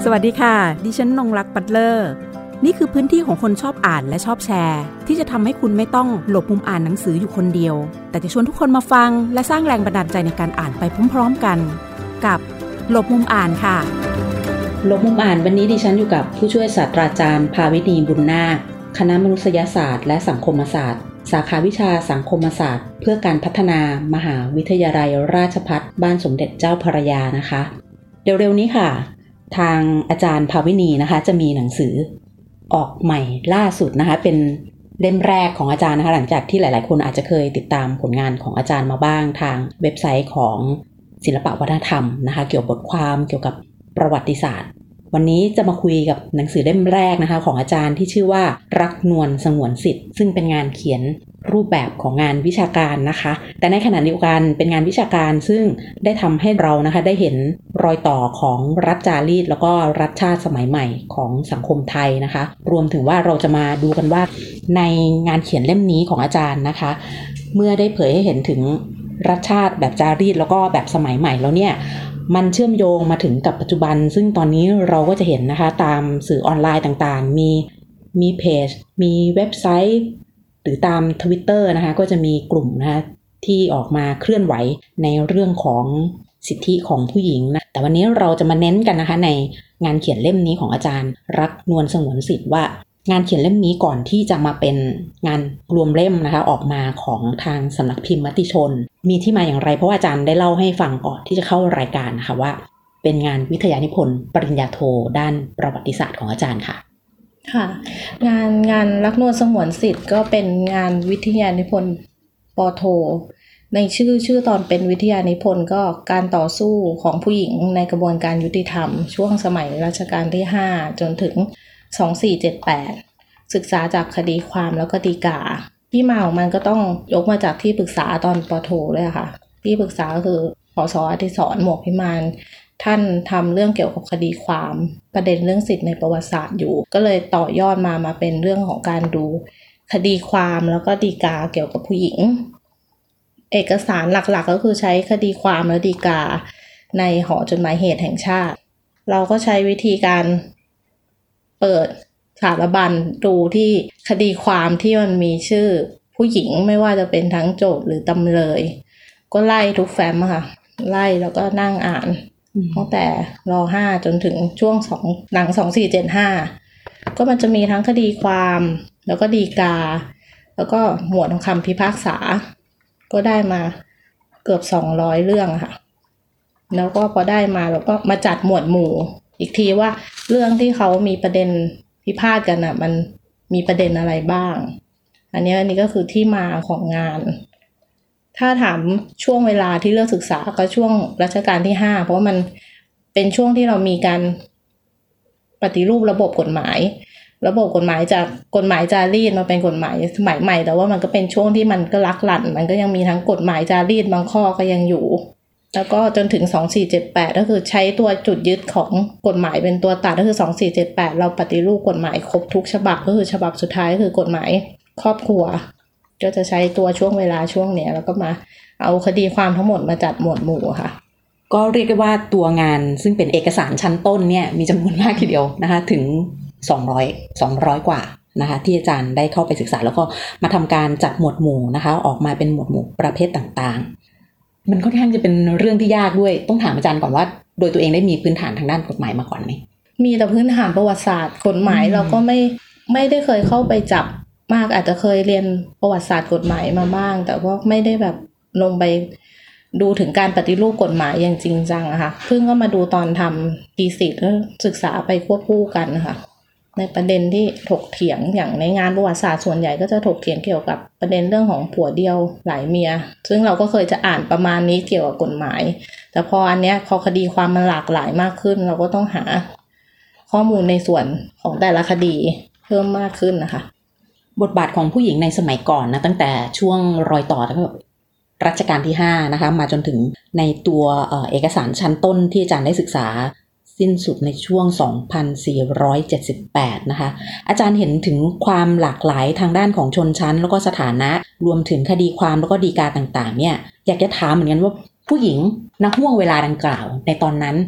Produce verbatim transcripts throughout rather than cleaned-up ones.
สวัสดีค่ะดิฉันนงรักปัตเลอร์นี่คือพื้นที่ของคนชอบอ่านและชอบแชร์ที่จะทำให้คุณไม่ต้องหลบมุมอ่านหนังสืออยู่คนเดียวแต่จะชวนทุกคนมาฟังและสร้างแรงบันดาลใจในการอ่านไปพร้อมๆกันกับหลบมุมอ่านค่ะหลบมุมอ่านวันนี้ดิฉันอยู่กับผู้ช่วยศาสตราจารย์ภาวินีบุญนาคคณะมนุษยศาสตร์และสังคมศาสตร์สาขาวิชาสังคมศาสตร์เพื่อการพัฒนามหาวิทยาลัยราชภัฏบ้านสมเด็จเจ้าพระยานะคะเร็วๆนี้ค่ะทางอาจารย์ภาวินีนะคะจะมีหนังสือออกใหม่ล่าสุดนะคะเป็นเล่มแรกของอาจารย์นะคะหลังจากที่หลายๆคนอาจจะเคยติดตามผลงานของอาจารย์มาบ้างทางเว็บไซต์ของศิลปวัฒนธรรมนะคะเกี่ยวกับบทความเกี่ยวกับประวัติศาสตร์วันนี้จะมาคุยกับหนังสือเล่มแรกนะคะของอาจารย์ที่ชื่อว่ารักนวลสงวนสิทธิ์ซึ่งเป็นงานเขียนรูปแบบของงานวิชาการนะคะแต่ในขณะเดียวกันเป็นงานวิชาการซึ่งได้ทำให้เรานะคะได้เห็นรอยต่อของรัฐจารีตแล้วก็รัฐชาติสมัยใหม่ของสังคมไทยนะคะรวมถึงว่าเราจะมาดูกันว่าในงานเขียนเล่มนี้ของอาจารย์นะคะเมื่อได้เผยให้เห็นถึงรัฐชาติแบบจารีตแล้วก็แบบสมัยใหม่แล้วเนี่ยมันเชื่อมโยงมาถึงกับปัจจุบันซึ่งตอนนี้เราก็จะเห็นนะคะตามสื่อออนไลน์ต่างๆมีมีเพจมีเว็บไซต์หรือตาม Twitter นะคะก็จะมีกลุ่มนะคะที่ออกมาเคลื่อนไหวในเรื่องของสิทธิของผู้หญิงนะแต่วันนี้เราจะมาเน้นกันนะคะในงานเขียนเล่มนี้ของอาจารย์รักนวลสงวนสิทธิ์ว่างานเขียนเล่มนี้ก่อนที่จะมาเป็นงานรวมเล่มนะคะออกมาของทางสำนักพิมพ์มติชนมีที่มาอย่างไรเพราะว่าอาจารย์ได้เล่าให้ฟังก่อนที่จะเข้ารายการนะคะว่าเป็นงานวิทยานิพนธ์ปริญญาโทด้านประวัติศาสตร์ของอาจารย์ค่ะค่ะงานงานรักนวลสงวนสิทธิ์ก็เป็นงานวิทยานิพนธ์ป.โทในชื่อชื่อตอนเป็นวิทยานิพนธ์ก็การต่อสู้ของผู้หญิงในกระบวนการยุติธรรมช่วงสมัยรัชกาลที่ห้าจนถึงสองสี่เจ็ดแปดศึกษาจากคดีความแล้วก็ฎีกาที่มาของมันก็ต้องยกมาจากที่ปรึกษาตอนป.โทเลยค่ะที่ปรึกษาก็คือผส.อดิศรหมวกพิมานท่านทำเรื่องเกี่ยวกับคดีความประเด็นเรื่องสิทธิในประวัติศาสตร์อยู่ก็เลยต่อยอดมามาเป็นเรื่องของการดูคดีความแล้วก็ฎีกาเกี่ยวกับผู้หญิงเอกสารหลักๆก็คือใช้คดีความและฎีกาในหอจดหมายเหตุแห่งชาติเราก็ใช้วิธีการเปิดสารบัญดูที่คดีความที่มันมีชื่อผู้หญิงไม่ว่าจะเป็นทั้งโจทก์หรือจำเลยก็ไล่ทุกแฟ้มค่ะไล่แล้วก็นั่งอ่านตั้งแต่รห้าจนถึงช่วงสองหลังสองสี่เจ็ดห้าก็มันจะมีทั้งคดีความแล้วก็ฎีกาแล้วก็หมวดของคำพิพากษาก็ได้มาเกือบสองร้อยเรื่องค่ะแล้วก็พอได้มาแล้วก็มาจัดหมวดหมู่อีกทีว่าเรื่องที่เขามีประเด็นพิพาทกันอ่ะมันมีประเด็นอะไรบ้างอันนี้อันนี้ก็คือที่มาของงานถ้าถามช่วงเวลาที่เลือกศึกษาก็ช่วงรัชกาลที่ห้าเพราะมันเป็นช่วงที่เรามีการปฏิรูประบบกฎหมายระบบกฎหมายจากกฎหมายจารีตมาเป็นกฎหมายสมัยใหม่แต่ว่ามันก็เป็นช่วงที่มันก็ลักลั่นมันก็ยังมีทั้งกฎหมายจารีตบางข้อก็ยังอยู่แล้วก็จนถึงสองสี่เจ็ดแปดก็คือใช้ตัวจุดยึดของกฎหมายเป็นตัวตัดก็คือสองสี่เจ็ดแปดเราปฏิรูปกฎหมายครบทุกฉบับก็คือฉบับสุดท้ายก็คือกฎหมายครอบครัวก็จะใช้ตัวช่วงเวลาช่วงเนี้ยแล้วก็มาเอาคดีความทั้งหมดมาจัดหมวดหมู่ค่ะก็เรียกได้ว่าตัวงานซึ่งเป็นเอกสารชั้นต้นเนี่ยมีจำนวนมากทีเดียวนะคะถึงสองร้อย สองร้อยกว่านะคะที่อาจารย์ได้เข้าไปศึกษาแล้วก็มาทำการจัดหมวดหมู่นะคะออกมาเป็นหมวดหมู่ประเภทต่างๆมันค่อนข้างจะเป็นเรื่องที่ยากด้วยต้องถามอาจารย์ก่อนว่าโดยตัวเองได้มีพื้นฐานทางด้านกฎหมายมาก่อนไหมมีแต่พื้นฐานประวัติศาสตร์กฎหมายเราก็ไม่ไม่ได้เคยเข้าไปจับมากอาจจะเคยเรียนประวัติศาสตร์กฎหมายมาบ้างแต่ว่าไม่ได้แบบลงไปดูถึงการปฏิรูปกฎหมายอย่างจริงจังอะค่ะเพิ่งก็มาดูตอนทำทีสิสก็ศึกษาไปควบคู่กันนะคะในประเด็นที่ถกเถียงอย่างในงานประวัติศาสตร์ส่วนใหญ่ก็จะถกเถียงเกี่ยวกับประเด็นเรื่องของผัวเดียวหลายเมียซึ่งเราก็เคยจะอ่านประมาณนี้เกี่ยวกับกฎหมายแต่พออันเนี้ยพอคดีความมันหลากหลายมากขึ้นเราก็ต้องหาข้อมูลในส่วนของแต่ละคดีเพิ่มมากขึ้นนะคะบทบาทของผู้หญิงในสมัยก่อนนะตั้งแต่ช่วงรอยต่อตั้งแต่รัชกาลที่ห้านะคะมาจนถึงในตัวเอ่อเอกสารชั้นต้นที่อาจารย์ได้ศึกษาสิ้นสุดในช่วงสองพันสี่ร้อยเจ็ดสิบแปดนะคะอาจารย์เห็นถึงความหลากหลายทางด้านของชนชั้นแล้วก็สถานะรวมถึงคดีความแล้วก็ฎีกาต่างๆเนี่ยอยากจะถามเหมือนกันว่าผู้หญิงณห่วงเวลาดังกล่าวในตอนนั้น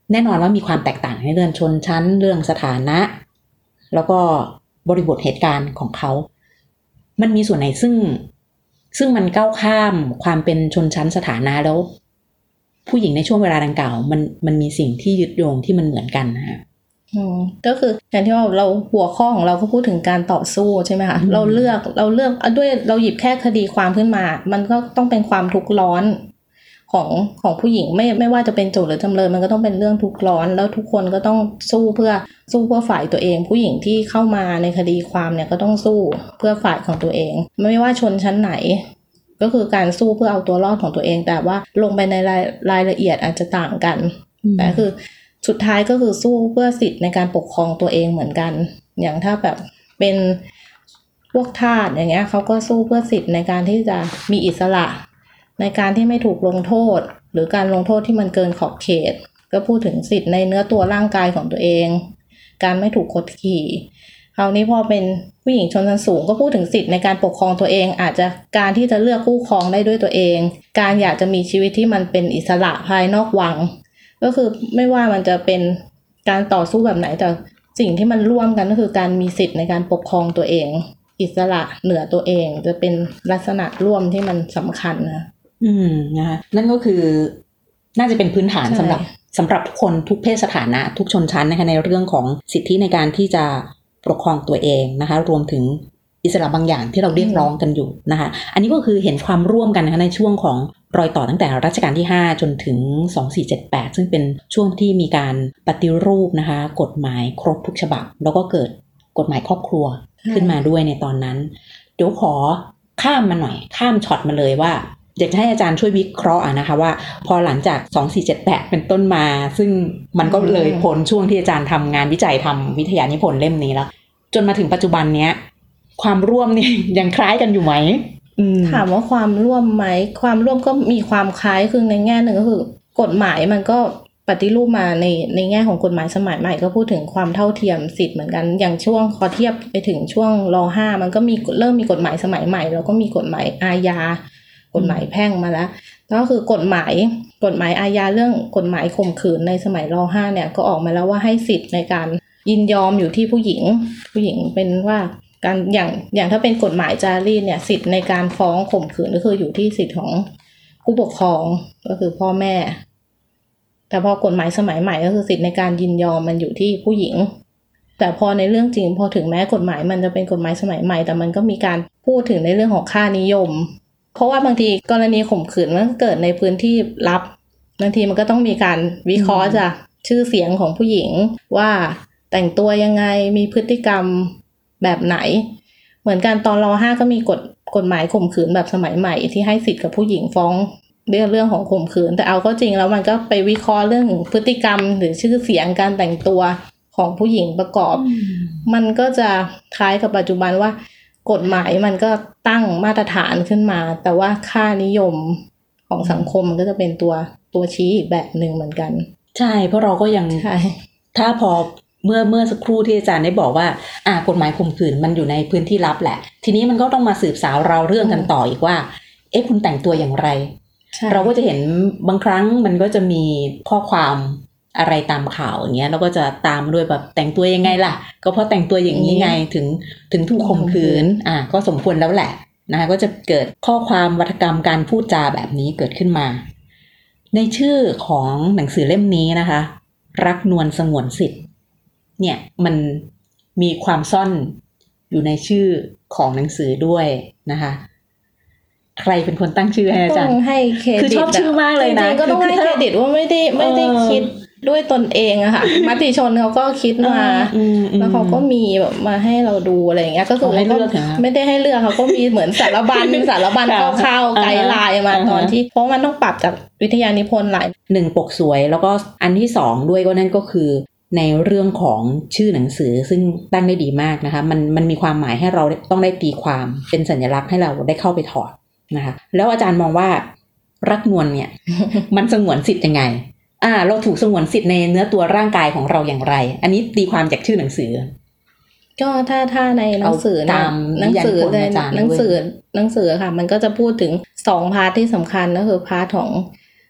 แน่นอนว่ามีความแตกต่างในเรื่องชนชั้นเรื่องสถานะแล้วก็บริบทเหตุการณ์ของเขามันมีส่วนไหนซึ่งซึ่งมันก้าวข้ามความเป็นชนชั้นสถานะแล้วผู้หญิงในช่วงเวลาดังกล่าวมันมันมีสิ่งที่ยึดโยงที่มันเหมือนกันนะฮะอืมก็คืออย่างที่ว่าเราหัวข้อของเราก็พูดถึงการต่อสู้ใช่ไหมคะเราเลือกเราเลือกด้วยเราหยิบแค่คดีความขึ้นมามันก็ต้องเป็นความทุกข์ร้อนของของผู้หญิงไม่ไม่ว่าจะเป็นโจทย์หรือจำเลยมันก็ต้องเป็นเรื่องทุกข์ร้อนแล้วทุกคนก็ต้องสู้เพื่อสู้เพื่อฝ่ายตัวเองผู้หญิงที่เข้ามาในคดีความเนี่ยก็ต้องสู้เพื่อฝ่ายของตัวเองไม่ว่าชนชั้นไหนก็คือการสู้เพื่อเอาตัวรอดของตัวเองแต่ว่าลงไปในรายรายละเอียดอาจจะต่างกันแต่คือสุดท้ายก็คือสู้เพื่อสิทธิ์ในการปกครองตัวเองเหมือนกันอย่างถ้าแบบเป็นพวกทาสอย่างเงี้ยเขาก็สู้เพื่อสิทธิ์ในการที่จะมีอิสระในการที่ไม่ถูกลงโทษหรือการลงโทษที่มันเกินขอบเขตก็พูดถึงสิทธิ์ในเนื้อตัวร่างกายของตัวเองการไม่ถูกกดขี่คราวนี้พอเป็นผู้หญิงชนชั้นสูงก็พูดถึงสิทธิ์ในการปกครองตัวเองอาจจะการที่จะเลือกคู่ครองได้ด้วยตัวเองการอยากจะมีชีวิตที่มันเป็นอิสระภายนอกวังก็คือไม่ว่ามันจะเป็นการต่อสู้แบบไหนแต่สิ่งที่มันร่วมกันก็คือการมีสิทธิ์ในการปกครองตัวเองอิสระเหนือตัวเองจะเป็นลักษณะร่วมที่มันสำคัญนะอืมนะคะนั่นก็คือน่าจะเป็นพื้นฐานสำหรับสำหรับทุกคนทุกเพศสถานะทุกชนชั้นนะคะในเรื่องของสิทธิในการที่จะปกครองตัวเองนะคะรวมถึงอิสระบางอย่างที่เราเรียกร้องกันอยู่นะคะอันนี้ก็คือเห็นความร่วมกันนะคะในช่วงของรอยต่อตั้งแต่รัชกาลที่ห้าจนถึงสองสี่เจ็ดแปดซึ่งเป็นช่วงที่มีการปฏิรูปนะคะกฎหมายครบทุกฉบับแล้วก็เกิดกฎหมายครอบครัวขึ้นมาด้วยในตอนนั้นเดี๋ยวขอข้ามมาหน่อยข้ามช็อตมาเลยว่าอยากจะให้อาจารย์ช่วยวิเคราะห์นะคะว่าพอหลังจากสองสี่เจ็ดแปดเป็นต้นมาซึ่งมันก็เลยพ้นช่วงที่อาจารย์ทำงานวิจัยทำวิทยานิพนธ์เล่มนี้แล้วจนมาถึงปัจจุบันเนี้ยความร่วมนี่ยังคล้ายกันอยู่ไหมถามว่าความร่วมไหมความร่วมก็มีความคล้ายคือในแง่หนึ่งก็คือกฎหมายมันก็ปฏิรูปมาในในแง่ของกฎหมายสมัยใหม่ก็พูดถึงความเท่าเทียมสิทธิ์เหมือนกันอย่างช่วงพอเทียบไปถึงช่วงร.ห้ามันก็มีเริ่มมีกฎหมายสมัยใหม่แล้วก็มีกฎหมายอาญากฎหมายแพ่งมาแล้วก็คือกฎหมายกฎหมายอาญาเรื่องกฎหมายข่มขืนในสมัยร.ห้าเนี่ยก็ออกมาแล้วว่าให้สิทธิ์ในการยินยอมอยู่ที่ผู้หญิงผู้หญิงเป็นว่าการอย่างอย่างถ้าเป็นกฎหมายจารีตเนี่ยสิทธิ์ในการฟ้องข่มขืนก็คืออยู่ที่สิทธิ์ของผู้ปกครองก็คือพ่อแม่แต่พอกฎหมายสมัยใหม่ก็คือสิทธิ์ในการยินยอมมันอยู่ที่ผู้หญิงแต่พอในเรื่องจริงพอถึงแม้กฎหมายมันจะเป็นกฎหมายสมัยใหม่แต่มันก็มีการพูดถึงในเรื่องของค่านิยมเพราะว่าบางทีกรณีข่มขืนมันเกิดในพื้นที่ลับบางทีมันก็ต้องมีการวิเคราะห์จากชื่อเสียงของผู้หญิงว่าแต่งตัวยังไงมีพฤติกรรมแบบไหนเหมือนกันตอนร.ห้าก็มีกฎกฎหมายข่มขืนแบบสมัยใหม่ที่ให้สิทธิ์กับผู้หญิงฟ้องเรื่องเรื่องของข่มขืนแต่เอาก็จริงแล้วมันก็ไปวิเคราะห์เรื่องพฤติกรรมหรือชื่อเสียงการแต่งตัวของผู้หญิงประกอบมันก็จะคล้ายกับปัจจุบันว่ากฎหมายมันก็ตั้งมาตรฐานขึ้นมาแต่ว่าค่านิยมของสังคมมันก็จะเป็นตัวตัวชี้อีกแบบนึงเหมือนกันใช่เพราะเราก็ยังถ้าพอเมื่อเมื่อสักครู่ที่อาจารย์ได้บอกว่าอ่ากฎหมายข่มขืนมันอยู่ในพื้นที่ลับแหละทีนี้มันก็ต้องมาสืบสาวเราเรื่องกันต่ออีกว่าเอ๊ะคุณแต่งตัวอย่างไรเราก็จะเห็นบางครั้งมันก็จะมีข้อความอะไรตามข่าวอย่างเงี้ยแล้วก็จะตามด้วยแบบแต่งตัวยังไงล่ะก็เพราะแต่งตัวอย่างนี้ไงถึงถึงถูกข่มขืนอ่ะก็สมควรแล้วแหละนะคะก็จะเกิดข้อความวรรณกรรมการพูดจาแบบนี้เกิดขึ้นมาในชื่อของหนังสือเล่มนี้นะคะรักนวลสงวนสิทธิ์เนี่ยมันมีความซ่อนอยู่ในชื่อของหนังสือด้วยนะคะใครเป็นคนตั้งชื่อให้อาจารย์ต้องให้เครดิตคือชอบชื่อมากเลยนะจริงๆก็ต้องให้เครดิตว่าไม่ได้ไม่ได้คิดด้วยตนเองอะค่ะมติชนเขาก็คิดมาแล้วเขาก็มีแบบมาให้เราดูอะไรอย่างเงี้ยก็คือไม่ได้ให้เลือกเขาก็มีเหมือนสารบัญสารบัญคร่าวๆไกด์ไลน์มาตอนที่เพราะมันต้องปรับจากวิทยานิพนธ์หลายหนึ่งปกสวยแล้วก็อันที่สองด้วยก็นั่นก็คือในเรื่องของชื่อหนังสือซึ่งตั้งได้ดีมากนะคะมันมันมีความหมายให้เราต้องได้ตีความเป็นสัญลักษณ์ให้เราได้เข้าไปถอดนะคะแล้วอาจารย์มองว่ารักนวลเนี่ย มันสงวนสิทธิ์ยังไงอ่าเราถูกสงวนสิทธิ์ในเนื้อตัวร่างกายของเราอย่างไรอันนี้ตีความจากชื่อหนังสือก็ถ้าถ้าในหนังสือตามหนังสือในหนังสือหนังสือค่ะมันก็จะพูดถึงสองพาร์ทที่สำคัญก็คือพาร์ทของ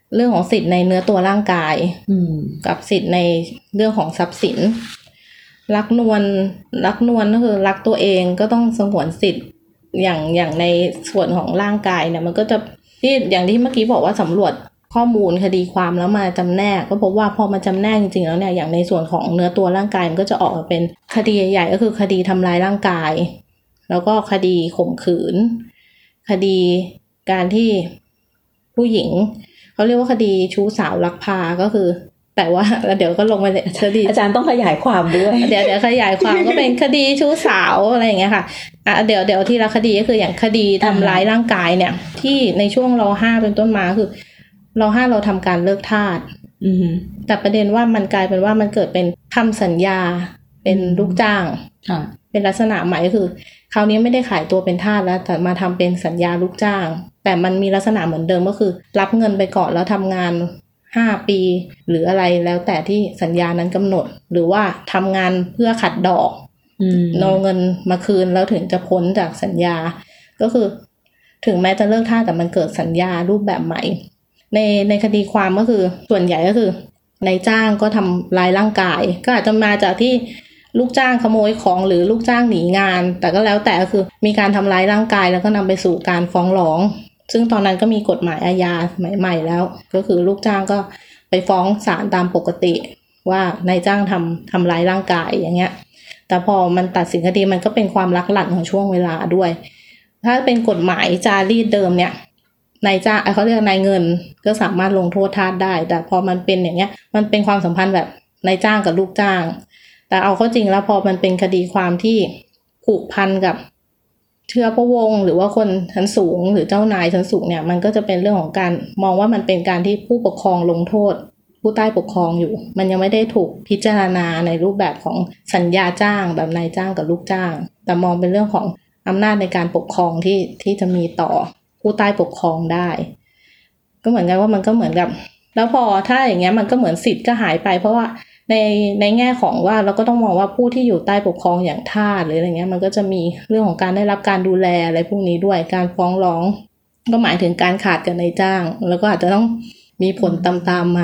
เรื่องของสิทธิ์ในเนื้อตัวร่างกายกับสิทธิ์ในเรื่องของทรัพย์สินรักนวลรักนวลก็คือรักตัวเองก็ต้องสงวนสิทธิ์อย่างอย่างในส่วนของร่างกายเนี่ยมันก็จะที่อย่างที่เมื่อกี้บอกว่าสำรวจข้อมูลคดีความแล้วมาจำแนกก็พบว่าพอมาจำแนกจริงๆแล้วเนี่ยอย่างในส่วนของเนื้อตัวร่างกายมันก็จะออกมาเป็นคดีใหญ่ๆก็คือคดีทำร้ายร่างกายแล้วก็คดีข่มขืนคดีการที่ผู้หญิงเขาเรียกว่าคดีชู้สาวลักพาก็คือแต่ว่าเดี๋ยวก็ลงไปเลยคดีอาจารย์ต้องขยายความด้วยเดี๋ยวเดี๋ยวขยายความก็เป็นคดีชู้สาวอะไรอย่างเงี้ยค่ะอ่ะเดี๋ยวเดี๋ยวทีละคดีก็คืออย่างคดีทำร้ายร่างกายเนี่ยที่ในช่วงร.ห้าเป็นต้นมาคือร.ห้าเราทำการเลิกทาสแต่ประเด็นว่ามันกลายเป็นว่ามันเกิดเป็นทำสัญญาเป็นลูกจ้างเป็นลักษณะใหม่ก็คือคราวนี้ไม่ได้ขายตัวเป็นทาสแล้วแต่มาทำเป็นสัญญาลูกจ้างแต่มันมีลักษณะเหมือนเดิมก็คือรับเงินไปก่อนแล้วทำงานห้าปีหรืออะไรแล้วแต่ที่สัญญานั้นกำหนดหรือว่าทำงานเพื่อขัดดอกเอาเงินมาคืนแล้วถึงจะพ้นจากสัญญาก็คือถึงแม้จะเลิกทาสแต่มันเกิดสัญญารูปแบบใหม่ในในคดีความก็คือส่วนใหญ่ก็คือนายจ้างก็ทำร้ายร่างกายก็อาจจะมาจากที่ลูกจ้างขโมยของหรือลูกจ้างหนีงานแต่ก็แล้วแต่ก็คือมีการทำร้ายร่างกายแล้วก็นำไปสู่การฟ้องร้องซึ่งตอนนั้นก็มีกฎหมายอาญาสมัยใหม่แล้วก็คือลูกจ้างก็ไปฟ้องศาลตามปกติว่านายจ้างทำทำร้ายร่างกายอย่างเงี้ยแต่พอมันตัดสินคดีมันก็เป็นความลักลั่นของช่วงเวลาด้วยถ้าเป็นกฎหมายจารีตเดิมเนี่ยนายจ้างเขาเรียกนายเงินก็สามารถลงโทษทาสได้แต่พอมันเป็นอย่างเงี้ยมันเป็นความสัมพันธ์แบบนายจ้างกับลูกจ้างแต่เอาเข้าจริงแล้วพอมันเป็นคดีความที่ผูกพันกับเชื้อพระวงศ์หรือว่าคนชั้นสูงหรือเจ้านายชั้นสูงเนี่ยมันก็จะเป็นเรื่องของการมองว่ามันเป็นการที่ผู้ปกครองลงโทษผู้ใต้ปกครองอยู่มันยังไม่ได้ถูกพิจารณาในรูปแบบของสัญญาจ้างแบบนายจ้างกับลูกจ้างแต่มองเป็นเรื่องของอำนาจในการปกครองที่ที่จะมีต่อผู้ใต้ปกครองได้ก็เหมือนกันว่ามันก็เหมือนกับแล้วพอถ้าอย่างเงี้ยมันก็เหมือนสิทธิ์ก็หายไปเพราะว่าในในแง่ของว่าเราก็ต้องมองว่าผู้ที่อยู่ใต้ปกครองอย่างทาสหรืออะไรเงี้ยมันก็จะมีเรื่องของการได้รับการดูแลอะไรพวกนี้ด้วยการฟ้องร้องก็หมายถึงการขาดกับนายจ้างแล้วก็อาจจะต้องมีผลตามๆมา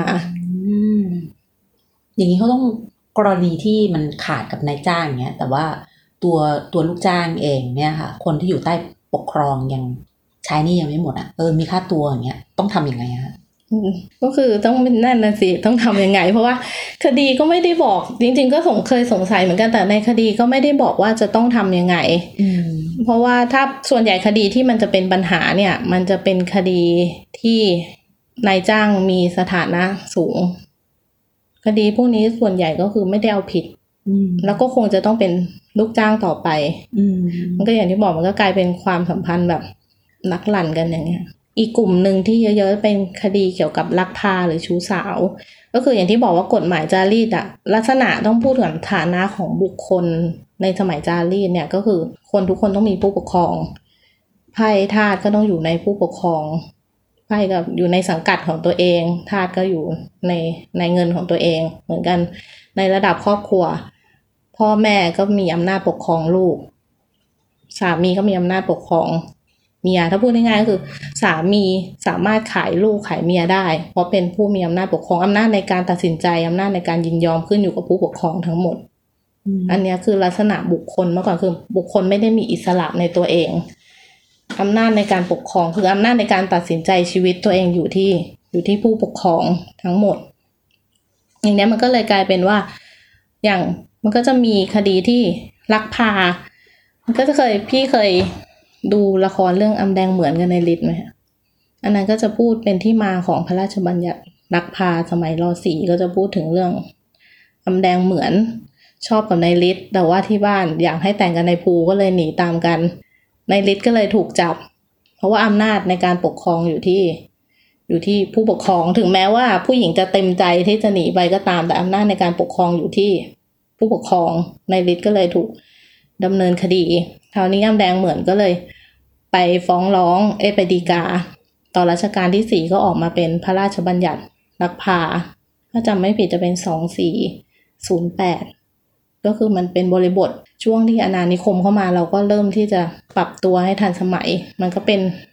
อย่างนี้เขาต้องกรณีที่มันขาดกับนายจ้างเนี้ยแต่ว่าตัวตัวลูกจ้างเองเนี่ยค่ะคนที่อยู่ใต้ปกครองยังใช้นี่ยังไม่หมดอ่ะเออมีค่าตัวอย่างเงี้ยต้องทำยังไงคะก็คือต้องเป็นนั่นนะสิต้องทำยังไงเพราะว่าคดีก็ไม่ได้บอกจริงๆก็สงเคยสงสัยเหมือนกันแต่ในคดีก็ไม่ได้บอกว่าจะต้องทำยังไงเพราะว่าถ้าส่วนใหญ่คดีที่มันจะเป็นปัญหาเนี่ยมันจะเป็นคดีที่นายจ้างมีสถานะสูงคดีพวกนี้ส่วนใหญ่ก็คือไม่ได้เอาผิดแล้วก็คงจะต้องเป็นลูกจ้างต่อไปมันก็อย่างที่บอกมันก็กลายเป็นความสัมพันธ์แบบนักลั่นกันอย่างเงี้ยอีกกลุ่มหนึ่งที่เยอะๆเป็นคดีเกี่ยวกับลักพาหรือชู้สาวก็คืออย่างที่บอกว่ากฎหมายจารีตอะลักษณะต้องพูดถึงฐานะของบุคคลในสมัยจารีตเนี่ยก็คือคนทุกคนต้องมีผู้ปกครองไพร่ทาสก็ต้องอยู่ในผู้ปกครองไพร่ก็อยู่ในสังกัดของตัวเองทาสก็อยู่ในในเงินของตัวเองเหมือนกันในระดับครอบครัวพ่อแม่ก็มีอำนาจปกครองลูกสามีก็มีอำนาจปกครองเมียถ้าพูดง่ายๆก็คือสามีสามารถขายลูกขายเมียได้เพราะเป็นผู้มีอำนาจปกครองอำนาจในการตัดสินใจอำนาจในการยินยอมขึ้นอยู่กับผู้ปกครองทั้งหมดอันนี้คือลักษณะบุคคลเมื่อก่อนคือบุคคลไม่ได้มีอิสระในตัวเองอำนาจในการปกครองคืออำนาจในการตัดสินใจชีวิตตัวเองอยู่ที่อยู่ที่ผู้ปกครองทั้งหมดอย่างนี้มันก็เลยกลายเป็นว่าอย่างมันก็จะมีคดีที่ลักพามันก็จะเคยพี่เคยดูละครเรื่องอำแดงเหมือนกันในลิสต์ไหมอันนั้นก็จะพูดเป็นที่มาของพระราชบัญญัติลักพาสมัยร.สี่ก็จะพูดถึงเรื่องอำแดงเหมือนชอบกับนายฤทธิ์แต่ว่าที่บ้านอยากให้แต่งกันนายภูก็เลยหนีตามกันนายฤทธิ์ก็เลยถูกจับเพราะว่าอำนาจในการปกครองอยู่ที่อยู่ที่ผู้ปกครองถึงแม้ว่าผู้หญิงจะเต็มใจที่จะหนีไปก็ตามแต่อำนาจในการปกครองอยู่ที่ผู้ปกครองนายฤทธิ์ก็เลยถูกดำเนินคดีคราวนี้อำแดงเหมือนก็เลยไปฟ้องร้องเอไปฎีกาตอนรัชกาลที่สี่ก็ออกมาเป็นพระราชบัญญัติลักพาถ้าจำไม่ผิดจะเป็นสองพันสี่ร้อยแปดก็คือมันเป็นบริบทช่วงที่อาณานิคมเข้ามาเราก็เริ่มที่จะปรับตัวให้ทันสมัยมันก็เป็น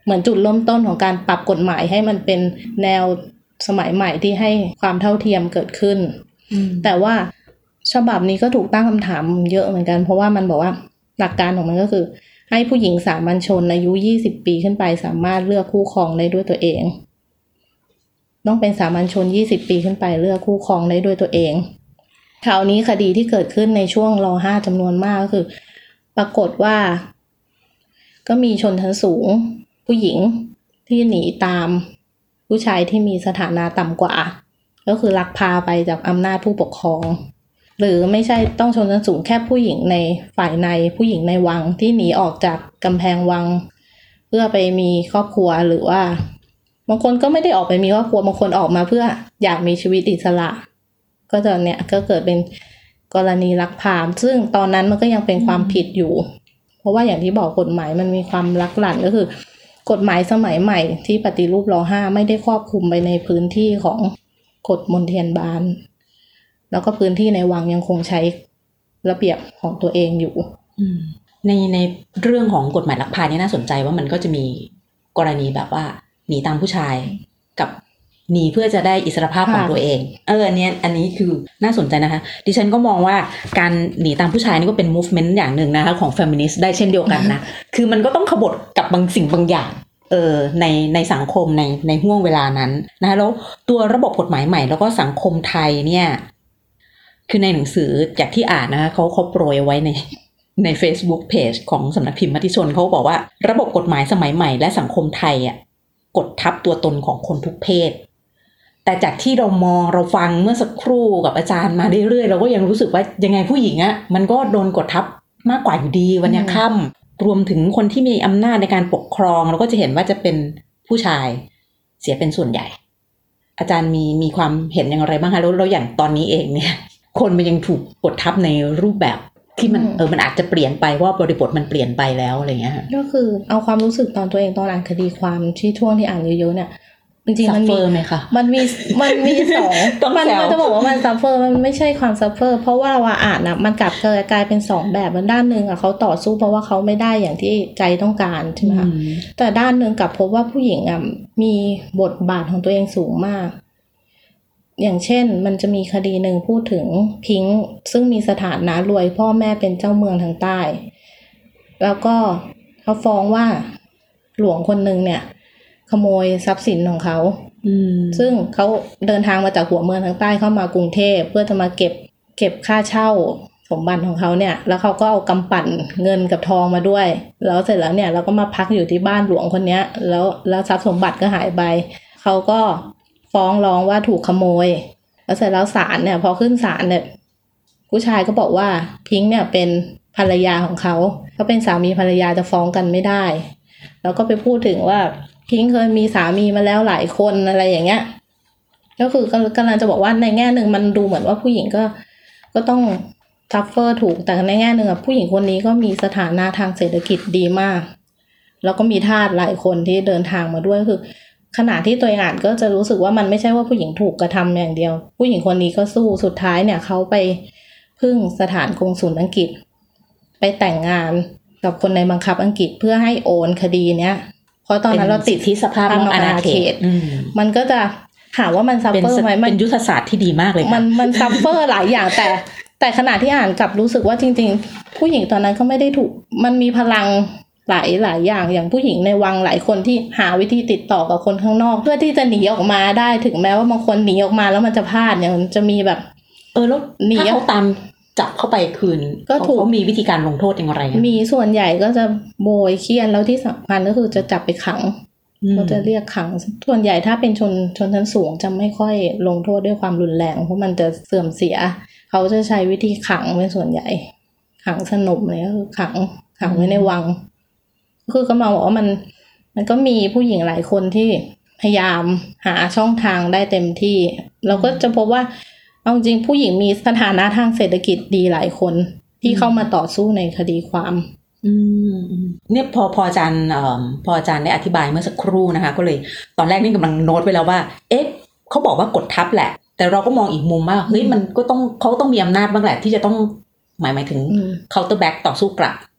เหมือนจุดเริ่มต้นของการปรับกฎหมายให้มันเป็นแนวสมัยใหม่ที่ให้ความเท่าเทียมเกิดขึ้นแต่ว่าฉบับนี้ก็ถูกตั้งคำถามเยอะเหมือนกันเพราะว่ามันบอกว่าหลักการของมันก็คือให้ผู้หญิงสามัญชนอายุยี่สิบปีขึ้นไปสามารถเลือกคู่ครองได้ด้วยตัวเองต้องเป็นสามัญชนยี่สิบปีขึ้นไปเลือกคู่ครองได้ด้วยตัวเองคราวนี้คดีที่เกิดขึ้นในช่วงรอห้าจำนวนมากก็คือปรากฏว่าก็มีชนชั้นสูงผู้หญิงที่หนีตามผู้ชายที่มีสถานะต่ำกว่าก็คือลักพาไปจากอำนาจผู้ปกครองหรือไม่ใช่ต้องชนชั้นสูงแค่ผู้หญิงในฝ่ายในผู้หญิงในวังที่หนีออกจากกำแพงวังเพื่อไปมีครอบครัวหรือว่าบางคนก็ไม่ได้ออกไปมีครอบครัวบางคนออกมาเพื่ออยากมีชีวิตอิสระก็จะเนี่ยก็เกิดเป็นกรณีลักพาซึ่งตอนนั้นมันก็ยังเป็นความผิดอยู่เพราะว่าอย่างที่บอกกฎหมายมันมีความลักลั่นก็คือกฎหมายสมัยใหม่ที่ปฏิรูปรห้าไม่ได้ครอบคลุมไปในพื้นที่ของกฎมนเทียนบานแล้วก็พื้นที่ในวังยังคงใช้ระเบียบของตัวเองอยู่ในในเรื่องของกฎหมายลักพานี่น่าสนใจว่ามันก็จะมีกรณีแบบว่าหนีตามผู้ชายกับหนีเพื่อจะได้อิสรภาพของตัวเองเอออันนี้อันนี้คือน่าสนใจนะคะดิฉันก็มองว่าการหนีตามผู้ชายนี่ก็เป็น movement อย่างหนึ่งนะคะของ feminist ได้เช่นเดียวกันนะ คือมันก็ต้องขบฏกับบางสิ่งบางอย่างเออในในสังคมในในห่วงเวลานั้นนะคะแล้วตัวระบบกฎหมายใหม่แล้วก็สังคมไทยเนี่ยคือในหนังสือจากที่อ่านนะคะเขาเขาโปรยไว้ในใน Facebook Page ของสำนักพิมพ์มติชนเขาบอกว่าระบบกฎหมายสมัยใหม่และสังคมไทยอ่ะกดทับตัวตนของคนทุกเพศแต่จากที่เรามองเราฟังเมื่อสักครู่กับอาจารย์มาเรื่อยๆเราก็ยังรู้สึกว่ายังไงผู้หญิงอ่ะมันก็โดนกดทับมากกว่าอยู่ดีวันนี้ค่ำรวมถึงคนที่มีอำนาจในการปกครองเราก็จะเห็นว่าจะเป็นผู้ชายเสียเป็นส่วนใหญ่อาจารย์มีมีความเห็นอย่างไรบ้างคะแล้วเราอย่างตอนนี้เองเนี่ยคนมันยังถูกกดทับในรูปแบบที่มันเออมันอาจจะเปลี่ยนไปเพราะว่าบริบทมันเปลี่ยนไปแล้วอะไรเงี้ยก็คือเอาความรู้สึกตอนตัวเองตอนอ่านคดีความที่ช่วงที่อ่านเยอะๆเนี่ยจริงๆมันมีไหมคะมันมีมันมีสองมันมันจะบอกว่ามันซัฟเฟอร์มันไม่ใช่ความซัฟเฟอร์เพราะว่าเราอ่านนะมันกลับกลายเป็นสองแบบด้านนึงอ่ะเขาต่อสู้เพราะว่าเขาไม่ได้อย่างที่ใจต้องการใช่ไหมคะแต่ด้านนึงกลับพบว่าผู้หญิงอ่ะมีบทบาทของตัวเองสูงมากอย่างเช่นมันจะมีคดีหนึ่งพูดถึงพิงค์ซึ่งมีสถานะรวยพ่อแม่เป็นเจ้าเมืองทางใต้แล้วก็เขาฟ้องว่าหลวงคนนึงเนี่ยขโมยทรัพย์สินของเขาซึ่งเขาเดินทางมาจากหัวเมืองทางใต้เข้ามากรุงเทพเพื่อจะมาเก็บเก็บค่าเช่าสมบัติของเขาเนี่ยแล้วเขาก็เอากำปั่นเงินกับทองมาด้วยแล้วเสร็จแล้วเนี่ยเราก็มาพักอยู่ที่บ้านหลวงคนนี้แล้วแล้วทรัพย์สมบัติก็หายไปเขาก็ฟ้องร้องว่าถูกขโมยแล้วเสร็จแล้วศาลเนี่ยพอขึ้นศาลเนี่ยผู้ชายก็บอกว่าพิงค์เนี่ยเป็นภรรยาของเขาเขาเป็นสามีภรรยาจะฟ้องกันไม่ได้แล้วก็ไปพูดถึงว่าพิงค์เคยมีสามีมาแล้วหลายคนอะไรอย่างเงี้ยก็คือกำลังจะบอกว่าในแง่หนึ่งมันดูเหมือนว่าผู้หญิงก็ก็ต้องซัฟเฟอร์ถูกแต่ในแง่หนึ่งอ่ะผู้หญิงคนนี้ก็มีสถานะทางเศรษฐกิจดีมากแล้วก็มีทาสหลายคนที่เดินทางมาด้วยคือขณะที่ตัวเองอ่านก็จะรู้สึกว่ามันไม่ใช่ว่าผู้หญิงถูกกระทำอย่างเดียวผู้หญิงคนนี้ก็สู้สุดท้ายเนี่ยเขาไปพึ่งสถานกงสุลอังกฤษไปแต่งงานกับคนในบังคับอังกฤษเพื่อให้โอนคดีเนี้ยเพราะตอนนั้นเราติดที่สภาพนอกอาณาเขตมันก็จะถามว่ามันซัฟเฟอร์ไหมมันเป็นยุทธศาสตร์ที่ดีมากเลยมันมันซัฟเฟอร์หลายอย่างแต่แต่ขณะที่อ่านกลับรู้สึกว่าจริงๆผู้หญิงตอนนั้นก็ไม่ได้ถูกมันมีพลังหลายหลายอย่างอย่างผู้หญิงในวังหลายคนที่หาวิธีติดต่อกับคนข้างนอกเพื่อที่จะหนีออกมาได้ถึงแม้ว่าบางคนหนีออกมาแล้วมันจะพลาดเนี่ยมันจะมีแบบเออแล้วหนีเขาตามจับเข้าไปคืนก็ถูกเขามีวิธีการลงโทษอย่างไรมีส่วนใหญ่ก็จะโบยเคี่ยนแล้วที่สำคัญก็คือจะจับไปขังเขาจะเรียกขังส่วนใหญ่ถ้าเป็นชนชนชั้นสูงจะไม่ค่อยลงโทษด้วยความรุนแรงเพราะมันจะเสื่อมเสียเขาจะใช้วิธีขังเป็นส่วนใหญ่ขังสนุกเลยก็คือขังขังไว้ในวังคือก็มาบอกว่ามันมันก็มีผู้หญิงหลายคนที่พยายามหาช่องทางได้เต็มที่เราก็จะพบว่าเอาจริงผู้หญิงมีสถานะทางเศรษฐกิจดีหลายคนที่เข้ามาต่อสู้ในคดีความอืมเนี่ยพอพออาจารย์เอ่อพออาจารย์ได้อธิบายเมื่อสักครู่นะคะก็เลยตอนแรกนี่กำลังโน้ตไว้แล้วว่าเอ๊ะเขาบอกว่ากดทับแหละแต่เราก็มองอีกมุมว่าเฮ้ยมันก็ต้องเขาต้องมีอำนาจบ้างแหละที่จะต้องหมายหมายถึง counter back ต่อสู้กลับ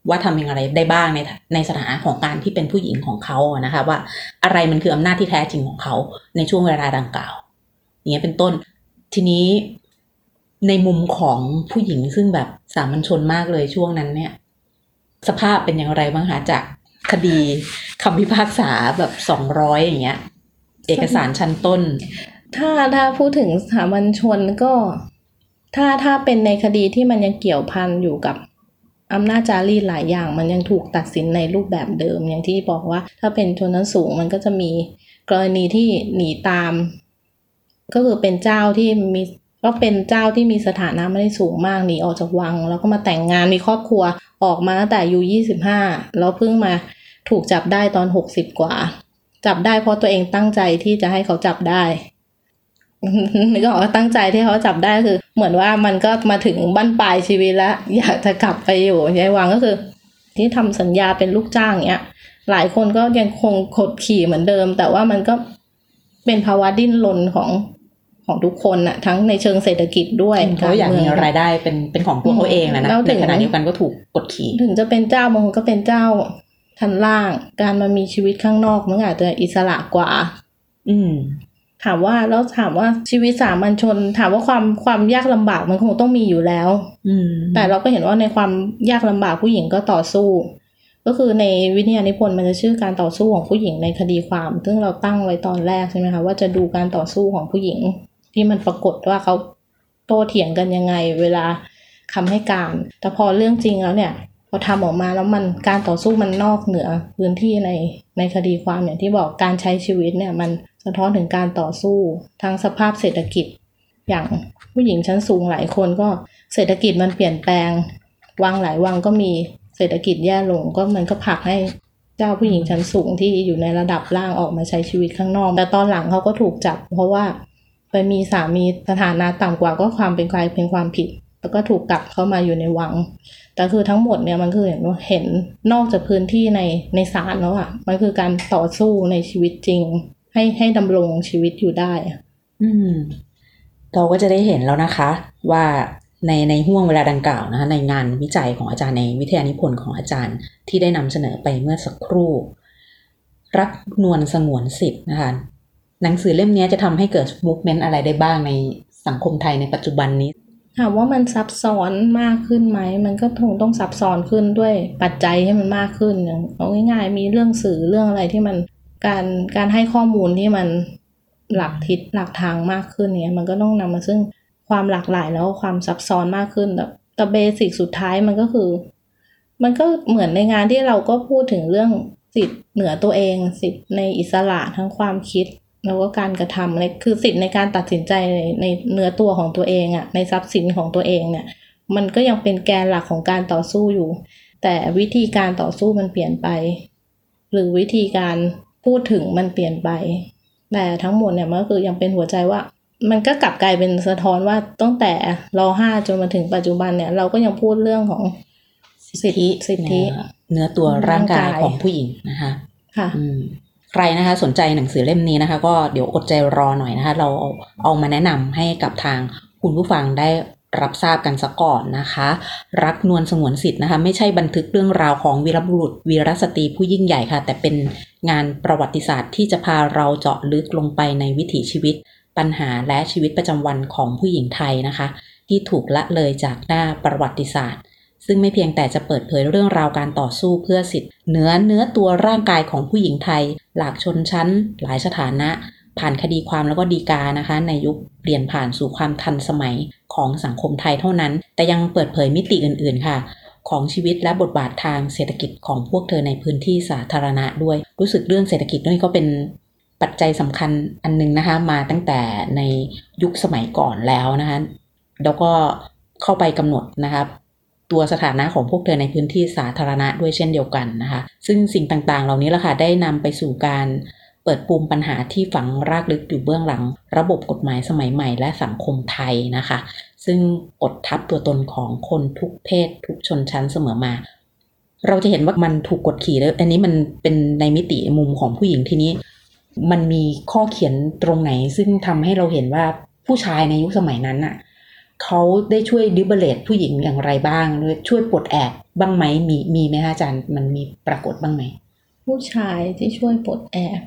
ว่าทำอย่างไรได้บ้างในในสถานะของการที่เป็นผู้หญิงของเขาอะนะคะว่าอะไรมันคืออำนาจที่แท้จริงของเขาในช่วงเวลาดังกล่าวอย่างเงี้ยเป็นต้นทีนี้ในมุมของผู้หญิงซึ่งแบบสามัญชนมากเลยช่วงนั้นเนี่ยสภาพเป็นอย่างไรบ้างคะจากคดีคำพิพากษาแบบสองร้อยอย่างเงี้ยเอกสารชั้นต้นถ้าถ้าพูดถึงสามัญชนก็ถ้าถ้าเป็นในคดีที่มันยังเกี่ยวพันอยู่กับอำนาจจารีตหลายอย่างมันยังถูกตัดสินในรูปแบบเดิมอย่างที่บอกว่าถ้าเป็นชนชั้นสูงมันก็จะมีกรณีที่หนีตามก็คือเป็นเจ้าที่มีก็เป็นเจ้าที่มีสถานะไม่ได้สูงมากหนีออกจากวังแล้วก็มาแต่งงานมีครอบครัวออกมาตั้งแต่อายุยี่สิบห้าแล้วเพิ่งมาถูกจับได้ตอนหกสิบกว่าจับได้เพราะตัวเองตั้งใจที่จะให้เขาจับได้นึกออกว่าตั้งใจที่เขาจับได้คือเหมือนว่ามันก็มาถึงบั้นปลายชีวิตแล้วอยากจะกลับไปอยู่ในวังก็คือที่ทำสัญญาเป็นลูกจ้างเนี้ยหลายคนก็ยังคงขดขี่เหมือนเดิมแต่ว่ามันก็เป็นภาวะดิ้นรนของของทุกคนน่ะทั้งในเชิงเศรษฐกิจด้วยเขาอยากมีรายได้เป็นเป็นของตัวเขาเองนะนะในขณะเดียวกันก็ถูกกดขี่ถึงจะเป็นเจ้าบางคนก็เป็นเจ้าชั้นล่างการมามีชีวิตข้างนอกมันอาจจะอิสระกว่าอืมถามว่าแล้วถามว่าชีวิตสามัญชนถามว่าความความยากลำบากมันคงต้องมีอยู่แล้วอืมแต่เราก็เห็นว่าในความยากลำบากผู้หญิงก็ต่อสู้ก็คือในวิทยานิพนธ์มันจะชื่อการต่อสู้ของผู้หญิงในคดีความซึ่งเราตั้งไว้ตอนแรกใช่ไหมคะว่าจะดูการต่อสู้ของผู้หญิงที่มันปรากฏว่าเขาโต้เถียงกันยังไงเวลาคำให้การแต่พอเรื่องจริงแล้วเนี่ยพอทำออกมาแล้วมันการต่อสู้มันนอกเหนือพื้นที่ในในคดีความอย่างที่บอกการใช้ชีวิตเนี่ยมันสะท้อนถึงการต่อสู้ทั้งสภาพเศรษฐกิจอย่างผู้หญิงชั้นสูงหลายคนก็เศรษฐกิจมันเปลี่ยนแปลงวังหลายวังก็มีเศรษฐกิจแย่ลงก็มันก็ผลักให้เจ้าผู้หญิงชั้นสูงที่อยู่ในระดับล่างออกมาใช้ชีวิตข้างนอกแต่ตอนหลังเขาก็ถูกจับเพราะว่าไปมีสามีสถานะต่ำกว่าก็ความเป็นกลายเป็นความผิดแล้วก็ถูกกลับเข้ามาอยู่ในวังแต่คือทั้งหมดเนี่ยมันคือเห็นว่าเห็นนอกจากพื้นที่ในในศาลแล้วอ่ะมันคือการต่อสู้ในชีวิตจริงให้ให้ดำรงชีวิตอยู่ได้อืมเราก็จะได้เห็นแล้วนะคะว่าในในห่วงเวลาดังกล่าวนะคะในงานวิจัยของอาจารย์ในวิทยานิพนธ์ของอาจารย์ที่ได้นำเสนอไปเมื่อสักครู่รักนวลสงวนสิทธิ์นะคะหนังสือเล่มนี้จะทำให้เกิดมูฟเมนต์อะไรได้บ้างในสังคมไทยในปัจจุบันนี้ถามว่ามันซับซ้อนมากขึ้นไหมมันก็คงต้องซับซ้อนขึ้นด้วยปัจจัยให้มันมากขึ้นอย่างเอาง่ายๆมีเรื่องสื่อเรื่องอะไรที่มันการการให้ข้อมูลที่มันหลักทิศหลักทางมากขึ้นเนี่ยมันก็ต้องนำมาซึ่งความหลากหลายแล้วความซับซ้อนมากขึ้นแต่แต่เบสิกสุดท้ายมันก็คือมันก็เหมือนในงานที่เราก็พูดถึงเรื่องสิทธิ์เหนือตัวเองสิทธิ์ในอิสระทั้งความคิดแล้วก็การกระทำอะไรคือสิทธิ์ในการตัดสินใจในในเนื้อตัวของตัวเองอ่ะในทรัพย์สินของตัวเองเนี่ยมันก็ยังเป็นแกนหลักของการต่อสู้อยู่แต่วิธีการต่อสู้มันเปลี่ยนไปหรือวิธีการพูดถึงมันเปลี่ยนไปแต่ทั้งหมดเนี่ยมันก็คือยังเป็นหัวใจว่ามันก็กลับกลายเป็นสะท้อนว่าตั้งแต่รอห้าจนมาถึงปัจจุบันเนี่ยเราก็ยังพูดเรื่องของสิทธิสิทธิเนื้อตัวร่างกายของผู้หญิงนะคะค่ะใครนะคะสนใจหนังสือเล่มนี้นะคะก็เดี๋ยวอดใจรอหน่อยนะคะเราเอาเอามาแนะนำให้กับทางคุณผู้ฟังได้รับทราบกันซะก่อนนะคะรักนวลสงวนสิทธิ์นะคะไม่ใช่บันทึกเรื่องราวของวีรบุรุษวีรสตรีผู้ยิ่งใหญ่ค่ะแต่เป็นงานประวัติศาสตร์ที่จะพาเราเจาะลึกลงไปในวิถีชีวิตปัญหาและชีวิตประจำวันของผู้หญิงไทยนะคะที่ถูกละเลยจากหน้าประวัติศาสตร์ซึ่งไม่เพียงแต่จะเปิดเผยเรื่องราวการต่อสู้เพื่อสิทธิ์เนื้อเนื้อตัวร่างกายของผู้หญิงไทยหลากชนชั้นหลายสถานะผ่านคดีความแล้วก็ฎีกานะคะในยุคเปลี่ยนผ่านสู่ความทันสมัยของสังคมไทยเท่านั้นแต่ยังเปิดเผยมิติอื่นๆค่ะของชีวิตและบทบาททางเศรษฐกิจของพวกเธอในพื้นที่สาธารณะด้วยรู้สึกเรื่องเศรษฐกิจนี่ก็เป็นปัจจัยสำคัญอันนึงนะคะมาตั้งแต่ในยุคสมัยก่อนแล้วนะคะแล้วก็เข้าไปกำหนดนะคะตัวสถานะของพวกเธอในพื้นที่สาธารณะด้วยเช่นเดียวกันนะคะซึ่งสิ่งต่างๆเหล่านี้แหละค่ะได้นำไปสู่การเปิดปูมปัญหาที่ฝังรากลึกอยู่เบื้องหลังระบบกฎหมายสมัยใหม่และสังคมไทยนะคะซึ่งกดทับตัวตนของคนทุกเพศทุกชนชั้นเสมอมาเราจะเห็นว่ามันถูกกดขี่แล้วอันนี้มันเป็นในมิติมุมของผู้หญิงทีนี้มันมีข้อเขียนตรงไหนซึ่งทำให้เราเห็นว่าผู้ชายในยุคสมัยนั้นน่ะเขาได้ช่วยดิเบเลตผู้หญิงอย่างไรบ้างช่วยปลดแอกบ้างไหมมีมีไหมคะอาจารย์มันมีปรากฏบ้างไหมผู้ชายที่ช่วยปลดแอก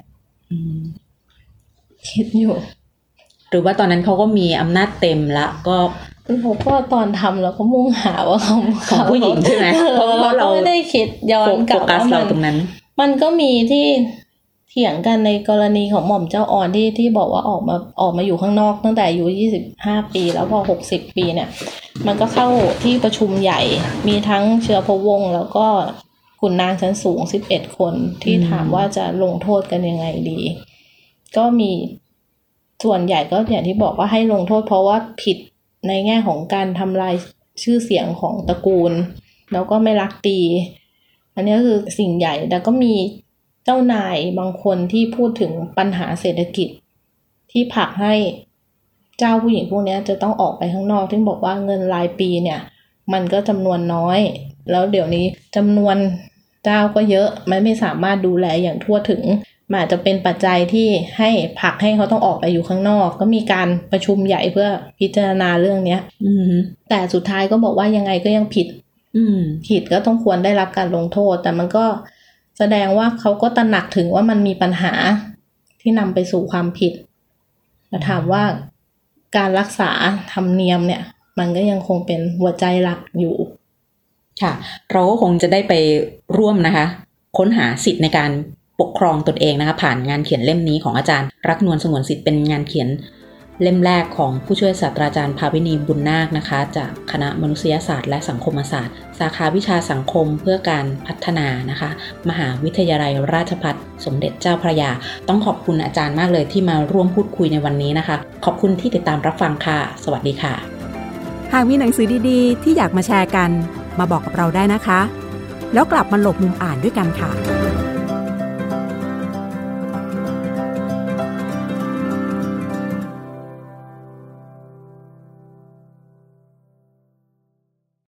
คิดอยู่หรือว่าตอนนั้นเขาก็มีอำนาจเต็มละก็เขาก็ตอนทำเราก็มุ่งหาว่าเขาของผู้หญิงใช่ไหมเพราะเราไม่ได้คิดย้อนกลับว่ามันตรงนั้นมันก็มีที่เถียงกันในกรณีของหม่อมเจ้าออนที่ที่บอกว่าออกมาออกมาอยู่ข้างนอกตั้งแต่อายุยี่สิบห้าปีแล้วพอหกสิบปีเนี่ยมันก็เข้าที่ประชุมใหญ่มีทั้งเชื้อพระวงศ์แล้วก็ขุนนางชั้นสูงสิบเอ็ดคนที่ถามว่าจะลงโทษกันยังไงดีก็มีส่วนใหญ่ก็อย่างที่บอกว่าให้ลงโทษเพราะว่าผิดในแง่ของการทำลายชื่อเสียงของตระกูลแล้วก็ไม่รักตีอันนี้ก็คือสิ่งใหญ่แต่ก็มีเจ้านายบางคนที่พูดถึงปัญหาเศรษฐกิจที่ผลักให้เจ้าผู้หญิงพวกนี้จะต้องออกไปข้างนอกที่บอกว่าเงินรายปีเนี่ยมันก็จำนวนน้อยแล้วเดี๋ยวนี้จำนวนเจ้าก็เยอะมันไม่สามารถดูแลอย่างทั่วถึงมันอาจจะเป็นปัจจัยที่ให้ผลักให้เขาต้องออกไปอยู่ข้างนอกก็มีการประชุมใหญ่เพื่อพิจารณาเรื่องนี้แต่สุดท้ายก็บอกว่ายังไงก็ยังผิดผิดก็ต้องควรได้รับการลงโทษแต่มันก็แสดงว่าเขาก็ตระหนักถึงว่ามันมีปัญหาที่นำไปสู่ความผิดแต่ถามว่าการรักษาธรรมเนียมเนี่ยมันก็ยังคงเป็นหัวใจหลักอยู่ค่ะเราก็คงจะได้ไปร่วมนะคะค้นหาสิทธิ์ในการปกครองตนเองนะคะผ่านงานเขียนเล่มนี้ของอาจารย์รักนวลสงวนสิทธิ์เป็นงานเขียนเล่มแรกของผู้ช่วยศาสตราจารย์ภาวินีบุญนาคนะคะจากคณะมนุษยศาสตร์และสังคมศาสตร์สาขาวิชาสังคมเพื่อการพัฒนานะคะมหาวิทยาลัยราชภัฏสมเด็จเจ้าพระยาต้องขอบคุณอาจารย์มากเลยที่มาร่วมพูดคุยในวันนี้นะคะขอบคุณที่ติดตามรับฟังค่ะสวัสดีค่ะหากมีหนังสือดีๆที่อยากมาแชร์กันมาบอกกับเราได้นะคะแล้วกลับมาหลบมุมอ่านด้วยกันค่ะ